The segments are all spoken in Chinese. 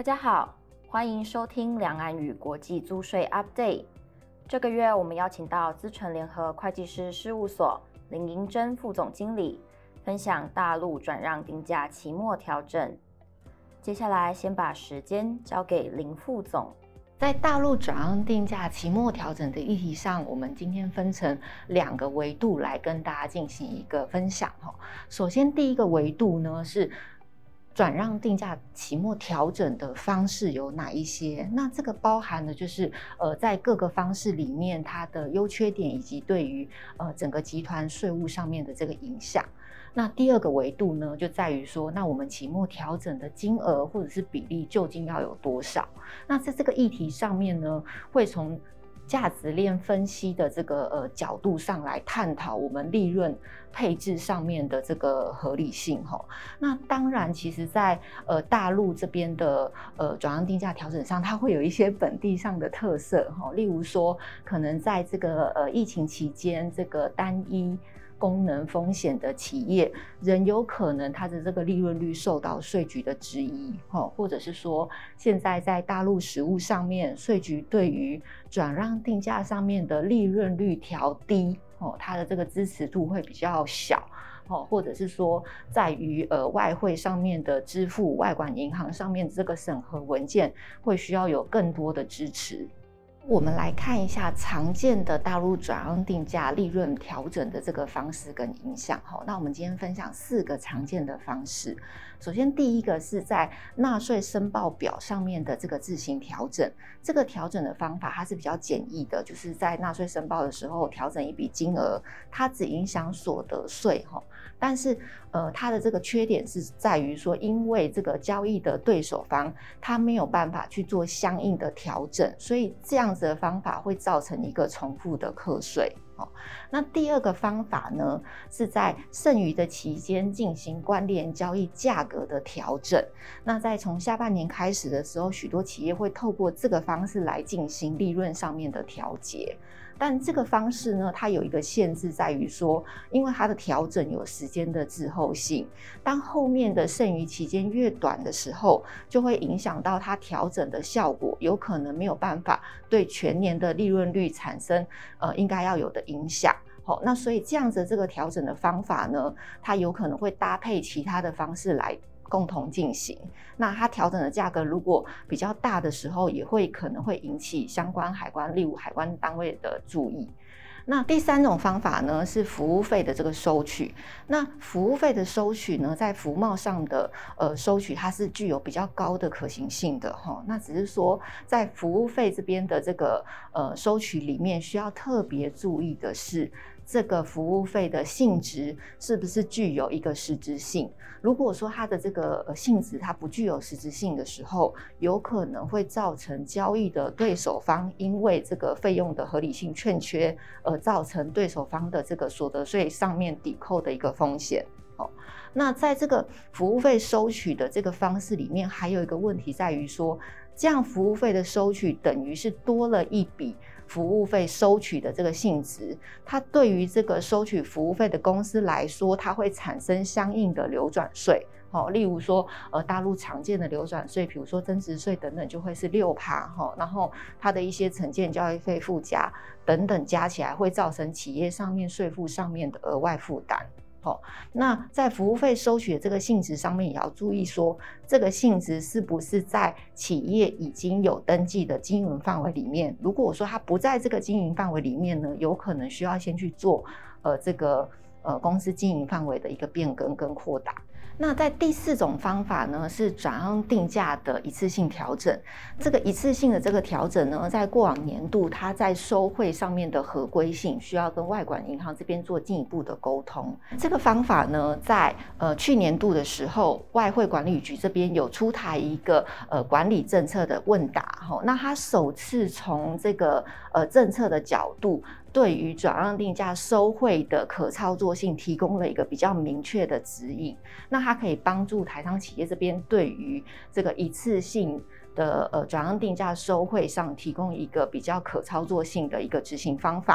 大家好，欢迎收听两岸与国际租税 Update。这个月我们邀请到资诚联合会计师事务所林盈珍副总经理，分享大陆转让定价期末调整。接下来先把时间交给林副总。 在大陆转让定价期末调整的议题上，我们今天分成2个维度来跟大家进行一个分享。首先第一个维度呢是转让定价期末调整的方式有哪一些？那这个包含的就是在各个方式里面它的优缺点，以及对于整个集团税务上面的这个影响。那第二个维度呢，就在于说，那我们期末调整的金额或者是比例究竟要有多少？那在这个议题上面呢，会从价值链分析的这个角度上来探讨我们利润配置上面的这个合理性。那当然其实在大陆这边的转让定价调整上，它会有一些本地上的特色。例如说可能在这个疫情期间，这个单一功能风险的企业仍有可能它的这个利润率受到税局的质疑，或者是说现在在大陆实务上面，税局对于转让定价上面的利润率调低，它的这个支持度会比较小，或者是说在于外汇上面的支付，外管银行上面这个审核文件会需要有更多的支持。我们来看一下常见的大陆转让定价利润调整的这个方式跟影响。那我们今天分享4个常见的方式。首先第一个是在纳税申报表上面的这个自行调整。这个调整的方法它是比较简易的，就是在纳税申报的时候调整一笔金额，它只影响所得税。但是它的这个缺点是在于说，因为这个交易的对手方他没有办法去做相应的调整，所以这样子的方法会造成一个重复的课税。那第二个方法呢，是在剩余的期间进行关联交易价格的调整。那在从下半年开始的时候，许多企业会透过这个方式来进行利润上面的调节。但这个方式呢，它有一个限制在于说，因为它的调整有时间的滞后性，当后面的剩余期间越短的时候，就会影响到它调整的效果，有可能没有办法对全年的利润率产生应该要有的影响。那所以这样子这个调整的方法呢，它有可能会搭配其他的方式来共同进行。那它调整的价格如果比较大的时候，也会可能会引起相关海关例如海关单位的注意。那第3种方法呢，是服务费的这个收取。那服务费的收取呢，在服贸上的收取，它是具有比较高的可行性的。那只是说在服务费这边的这个收取里面，需要特别注意的是，这个服务费的性质是不是具有一个实质性。如果说它的这个性质它不具有实质性的时候，有可能会造成交易的对手方因为这个费用的合理性欠缺，造成对手方的这个所得税上面抵扣的一个风险。那在这个服务费收取的这个方式里面，还有一个问题在于说，这样服务费的收取等于是多了一笔服务费收取的这个性质，它对于这个收取服务费的公司来说，它会产生相应的流转税。例如说大陆常见的流转税，比如说增值税等等，就会是6%，然后它的一些承建交易费附加等等加起来，会造成企业上面税负上面的额外负担。那在服务费收取的这个性质上面，也要注意说，这个性质是不是在企业已经有登记的经营范围里面。如果说它不在这个经营范围里面呢，有可能需要先去做这个公司经营范围的一个变更跟扩大。那在第4种方法呢，是转让定价的一次性调整。这个一次性的这个调整呢，在过往年度它在收汇上面的合规性，需要跟外管银行这边做进一步的沟通。这个方法呢，在去年度的时候，外汇管理局这边有出台一个管理政策的问答。那它首次从这个政策的角度，对于转让定价收汇的可操作性提供了一个比较明确的指引。那它可以帮助台商企业这边对于这个一次性的转让定价收汇上提供一个比较可操作性的一个执行方法。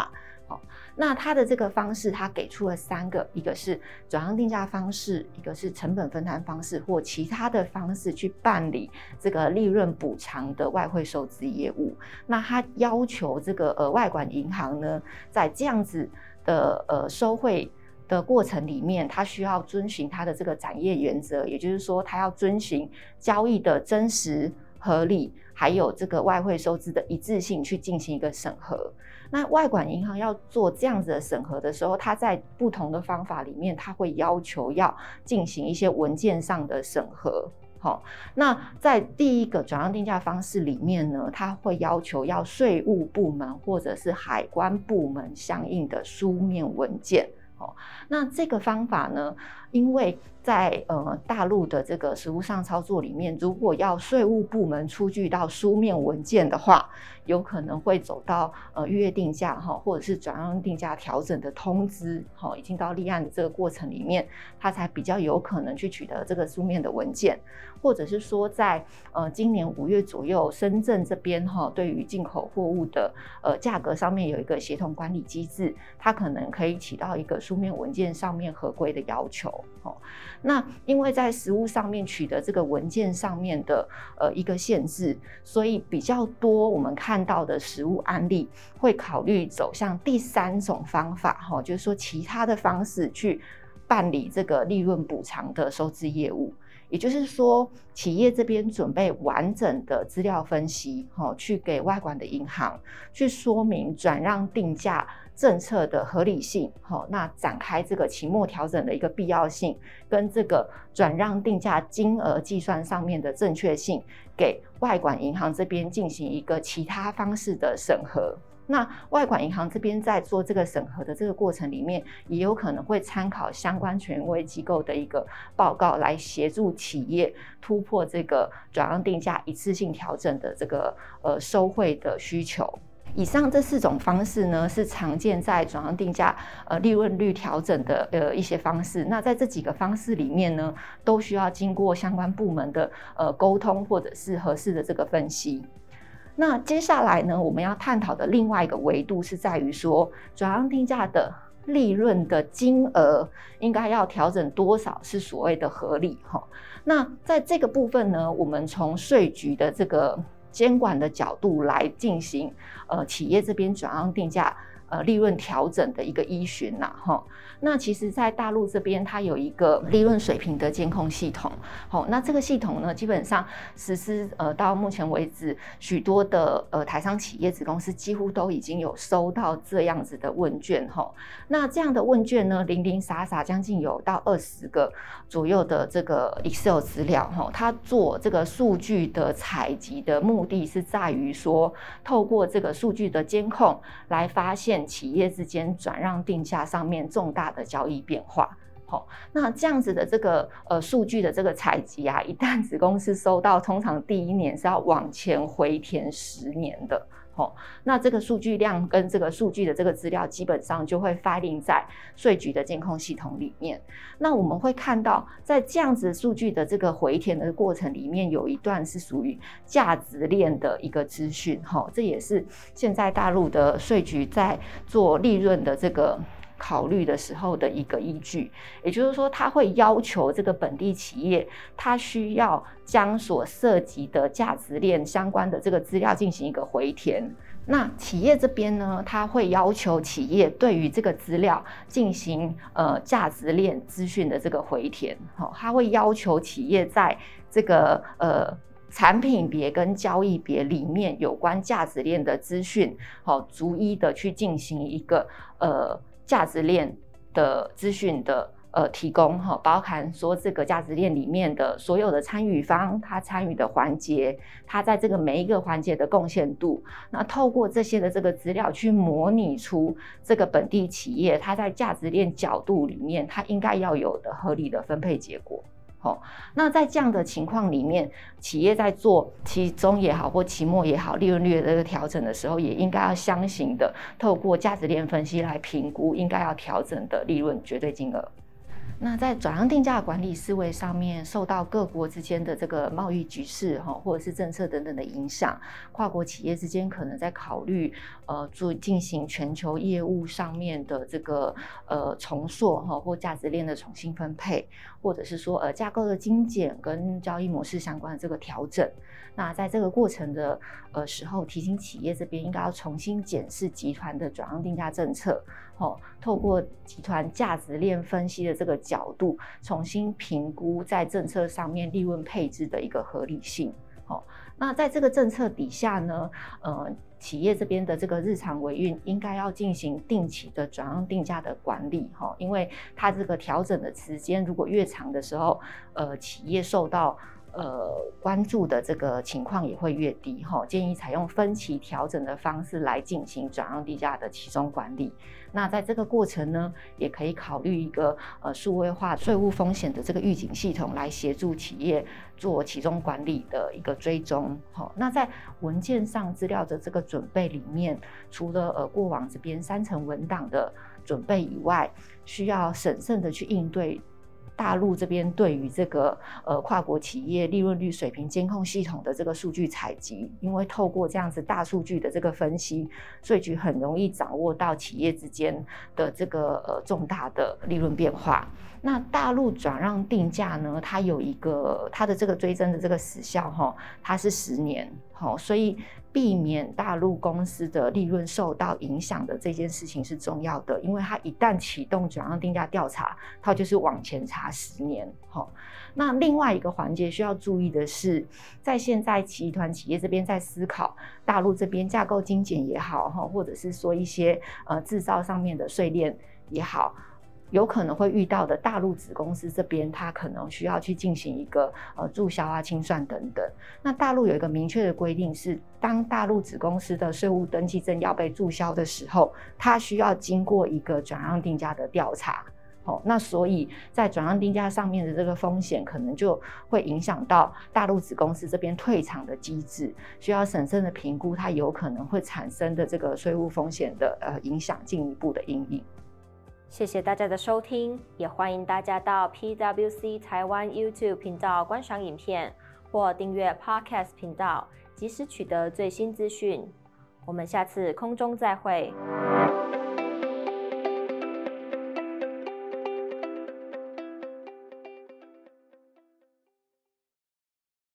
那它的这个方式，它给出了3个，一个是转让定价方式，一个是成本分摊方式，或其他的方式去办理这个利润补偿的外汇收支业务。那它要求这个外管银行呢，在这样子的收汇的过程里面，它需要遵循它的这个展业原则，也就是说，它要遵循交易的真实、合理，还有这个外汇收支的一致性去进行一个审核。那外管银行要做这样子的审核的时候，它在不同的方法里面，它会要求要进行一些文件上的审核。那在第一个转让定价方式里面呢，它会要求要税务部门或者是海关部门相应的书面文件。那这个方法呢，因为在大陆的这个实务上操作里面，如果要税务部门出具到书面文件的话，有可能会走到预约定价或者是转让定价调整的通知已经到立案的这个过程里面，它才比较有可能去取得这个书面的文件，或者是说在今年5月左右，深圳这边对于进口货物的价格上面有一个协同管理机制，它可能可以起到一个书面文件上面合规的要求。那因为在实务上面取得这个文件上面的一个限制，所以比较多我们看到的实务案例会考虑走向第3种方法，就是说其他的方式去办理这个利润补偿的收支业务。也就是说，企业这边准备完整的资料分析，去给外管的银行去说明转让定价政策的合理性，那展开这个期末调整的一个必要性，跟这个转让定价金额计算上面的正确性，给外管银行这边进行一个其他方式的审核。那外管银行这边在做这个审核的这个过程里面，也有可能会参考相关权威机构的一个报告，来协助企业突破这个转让定价一次性调整的这个收汇的需求。以上这4种方式呢，是常见在转让定价利润率调整的一些方式。那在这几个方式里面呢，都需要经过相关部门的沟通或者是合适的这个分析。那接下来呢，我们要探讨的另外一个维度是在于说，转让定价的利润的金额应该要调整多少是所谓的合理。那在这个部分呢，我们从税局的这个监管的角度来进行企业这边转让定价利润调整的一个依循那其实在大陆这边它有一个利润水平的监控系统那这个系统呢，基本上实施到目前为止，许多的台商企业子公司几乎都已经有收到这样子的问卷那这样的问卷呢，零零散散将近有到20个左右的这个 Excel 资料它做这个数据的采集的目的是在于说，透过这个数据的监控来发现企业之间转让定价上面重大的交易变化。那这样子的这个数据的这个采集啊，一旦子公司收到，通常第1年是要往前回填10年的。那这个数据量跟这个数据的这个资料基本上就会 filing 在税局的监控系统里面。那我们会看到，在这样子数据的这个回填的过程里面，有一段是属于价值链的一个资讯这也是现在大陆的税局在做利润的这个考虑的时候的一个依据。也就是说，它会要求这个本地企业，它需要将所涉及的价值链相关的这个资料进行一个回填。那企业这边呢，它会要求企业对于这个资料进行价值链资讯的这个回填它会要求企业在这个产品别跟交易别里面有关价值链的资讯逐一的去进行一个价值链的资讯的提供包含说这个价值链里面的所有的参与方，他参与的环节，他在这个每一个环节的贡献度，那透过这些的这个资料去模拟出这个本地企业它在价值链角度里面它应该要有的合理的分配结果。那在这样的情况里面，企业在做期中也好或期末也好利润率的这个调整的时候，也应该要相形的透过价值链分析来评估应该要调整的利润绝对金额。 那在转让定价管理思维上面，受到各国之间的这个贸易局势或者是政策等等的影响，跨国企业之间可能在考虑进行全球业务上面的这个重塑或价值链的重新分配，或者是说架构的精简跟交易模式相关的这个调整。那在这个过程的时候，提醒企业这边应该要重新检视集团的转让定价政策，透过集团价值链分析的这个角度，重新评估在政策上面利润配置的一个合理性。那在这个政策底下呢，企业这边的这个日常维运应该要进行定期的转让定价的管理，因为它这个调整的时间如果越长的时候，企业受到关注的这个情况也会越低，建议采用分期调整的方式来进行转让定价的期中管理。那在这个过程呢，也可以考虑一个数位化税务风险的这个预警系统，来协助企业做期中管理的一个追踪。那在文件上资料的这个准备里面，除了过往这边3层文档的准备以外，需要审慎的去应对大陆这边对于这个跨国企业利润率水平监控系统的这个数据采集，因为透过这样子大数据的这个分析，税局很容易掌握到企业之间的这个重大的利润变化。那大陆转让定价呢，它有一个它的这个追征的这个时效它是10年，所以避免大陆公司的利润受到影响的这件事情是重要的，因为它一旦启动转让定价调查，它就是往前查10年。那另外一个环节需要注意的是，在现在集团企业这边在思考大陆这边架构精简也好，或者是说一些制造上面的税链也好，有可能会遇到的大陆子公司这边，它可能需要去进行一个注销啊、清算等等。那大陆有一个明确的规定是，当大陆子公司的税务登记证要被注销的时候，它需要经过一个转让定价的调查。那所以在转让定价上面的这个风险，可能就会影响到大陆子公司这边退场的机制，需要审慎的评估它有可能会产生的这个税务风险的影响，进一步的因应。 谢谢大家的收听，也欢迎大家到 PwC 台湾 YouTube 频道观赏影片，或订阅 Podcast 频道，及时取得最新资讯。我们下次空中再会。